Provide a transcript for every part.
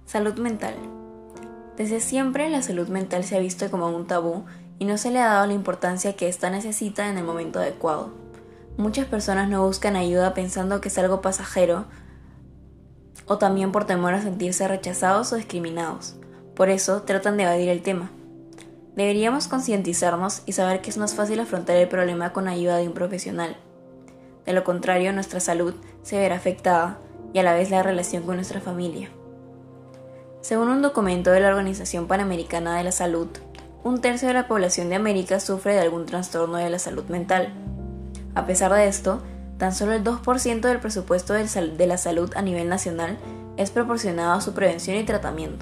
Salud mental. Desde siempre la salud mental se ha visto como un tabú y no se le ha dado la importancia que ésta necesita en el momento adecuado. Muchas personas no buscan ayuda pensando que es algo pasajero o también por temor a sentirse rechazados o discriminados. Por eso tratan de evadir el tema. Deberíamos concientizarnos y saber que es más fácil afrontar el problema con ayuda de un profesional. De lo contrario, nuestra salud se verá afectada y a la vez la relación con nuestra familia. Según un documento de la Organización Panamericana de la Salud, 1/3 de la población de América sufre de algún trastorno de la salud mental. A pesar de esto, tan solo el 2% del presupuesto de la salud a nivel nacional es proporcionado a su prevención y tratamiento.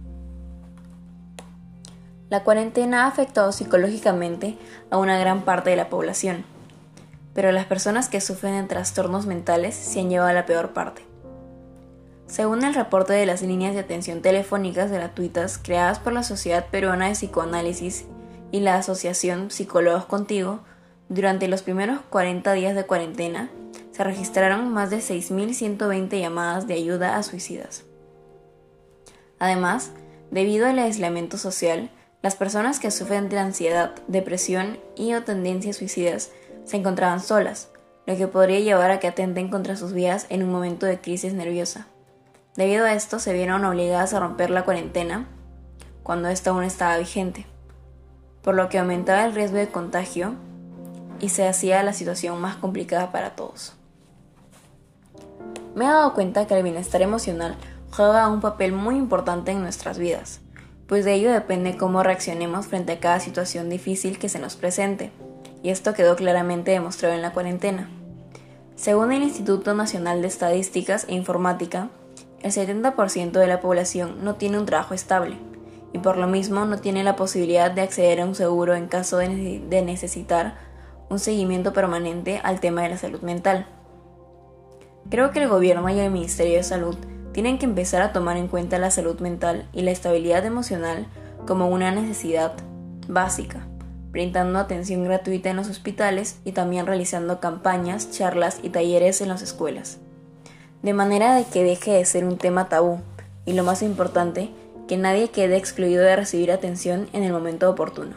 La cuarentena ha afectado psicológicamente a una gran parte de la población, pero las personas que sufren de trastornos mentales se han llevado a la peor parte. Según el reporte de las líneas de atención telefónicas gratuitas creadas por la Sociedad Peruana de Psicoanálisis y la Asociación Psicólogos Contigo, durante los primeros 40 días de cuarentena, se registraron más de 6.120 llamadas de ayuda a suicidas. Además, debido al aislamiento social, las personas que sufren de ansiedad, depresión y o tendencias suicidas se encontraban solas, lo que podría llevar a que atenten contra sus vidas en un momento de crisis nerviosa. Debido a esto, se vieron obligadas a romper la cuarentena cuando esta aún estaba vigente, por lo que aumentaba el riesgo de contagio y se hacía la situación más complicada para todos. Me he dado cuenta que el bienestar emocional juega un papel muy importante en nuestras vidas, pues de ello depende cómo reaccionemos frente a cada situación difícil que se nos presente, y esto quedó claramente demostrado en la cuarentena. Según el Instituto Nacional de Estadísticas e Informática, el 70% de la población no tiene un trabajo estable, y por lo mismo no tiene la posibilidad de acceder a un seguro en caso de necesitar un seguimiento permanente al tema de la salud mental. Creo que el gobierno y el Ministerio de Salud tienen que empezar a tomar en cuenta la salud mental y la estabilidad emocional como una necesidad básica, brindando atención gratuita en los hospitales y también realizando campañas, charlas y talleres en las escuelas, de manera de que deje de ser un tema tabú y, lo más importante, que nadie quede excluido de recibir atención en el momento oportuno.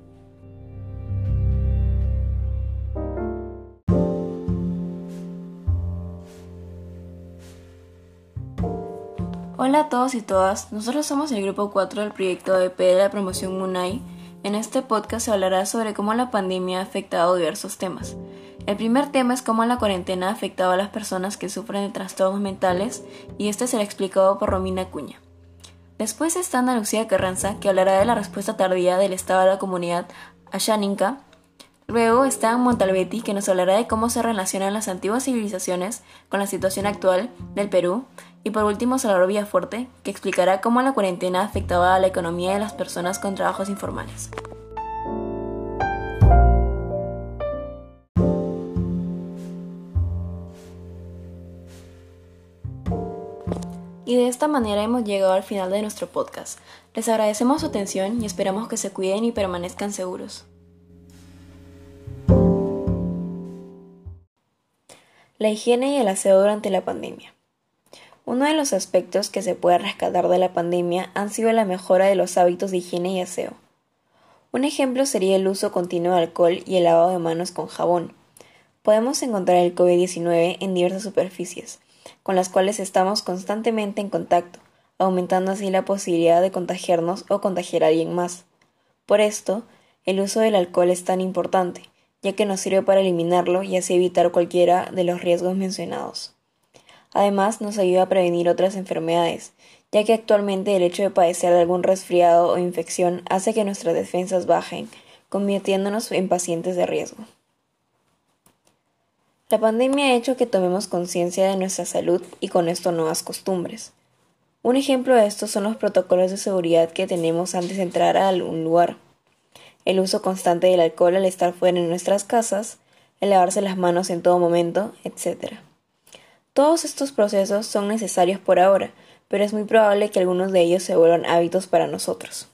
Hola a todos y todas, nosotros somos el grupo 4 del proyecto ABP de la promoción UNAI. En este podcast se hablará sobre cómo la pandemia ha afectado diversos temas. El primer tema es cómo la cuarentena ha afectado a las personas que sufren de trastornos mentales, y este será explicado por Romina Acuña. Después está Ana Lucía Carranza, que hablará de la respuesta tardía del Estado de la comunidad a Xáninca. Luego está Montalbetti, que nos hablará de cómo se relacionan las antiguas civilizaciones con la situación actual del Perú. Y por último, Salvador Villafuerte, que explicará cómo la cuarentena afectaba a la economía de las personas con trabajos informales. Y de esta manera hemos llegado al final de nuestro podcast. Les agradecemos su atención y esperamos que se cuiden y permanezcan seguros. La higiene y el aseo durante la pandemia. Uno de los aspectos que se puede rescatar de la pandemia han sido la mejora de los hábitos de higiene y aseo. Un ejemplo sería el uso continuo de alcohol y el lavado de manos con jabón. Podemos encontrar el COVID-19 en diversas superficies, con las cuales estamos constantemente en contacto, aumentando así la posibilidad de contagiarnos o contagiar a alguien más. Por esto, el uso del alcohol es tan importante, ya que nos sirve para eliminarlo y así evitar cualquiera de los riesgos mencionados. Además, nos ayuda a prevenir otras enfermedades, ya que actualmente el hecho de padecer de algún resfriado o infección hace que nuestras defensas bajen, convirtiéndonos en pacientes de riesgo. La pandemia ha hecho que tomemos conciencia de nuestra salud y con esto nuevas costumbres. Un ejemplo de esto son los protocolos de seguridad que tenemos antes de entrar a algún lugar. El uso constante del alcohol al estar fuera de nuestras casas, el lavarse las manos en todo momento, etc. Todos estos procesos son necesarios por ahora, pero es muy probable que algunos de ellos se vuelvan hábitos para nosotros.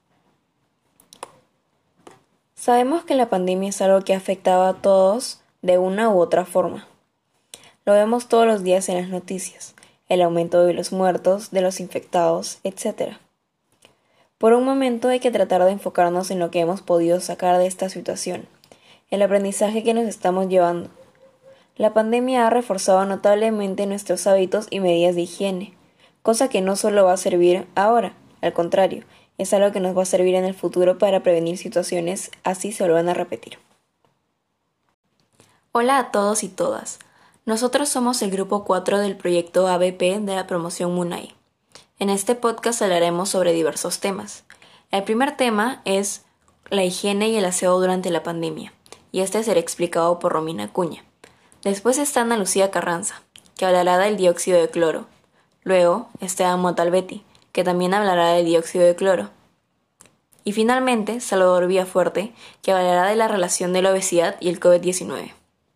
Sabemos que la pandemia es algo que afectaba a todos de una u otra forma. Lo vemos todos los días en las noticias. el aumento de los muertos, de los infectados, etc. Por un momento hay que tratar de enfocarnos en lo que hemos podido sacar de esta situación, el aprendizaje que nos estamos llevando. La pandemia ha reforzado notablemente nuestros hábitos y medidas de higiene, cosa que no solo va a servir ahora, al contrario, es algo que nos va a servir en el futuro para prevenir situaciones así se vuelvan a repetir. Hola a todos y todas. Nosotros somos el grupo 4 del proyecto ABP de la promoción MUNAI. En este podcast hablaremos sobre diversos temas. El primer tema es la higiene y el aseo durante la pandemia, y este será explicado por Romina Acuña. Después está Ana Lucía Carranza, que hablará del dióxido de cloro. Luego está Montalbetti, que también hablará del dióxido de cloro. Y finalmente, Salvador Villafuerte, que hablará de la relación de la obesidad y el COVID-19.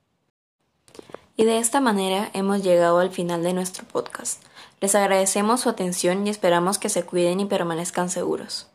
Y de esta manera hemos llegado al final de nuestro podcast. Les agradecemos su atención y esperamos que se cuiden y permanezcan seguros.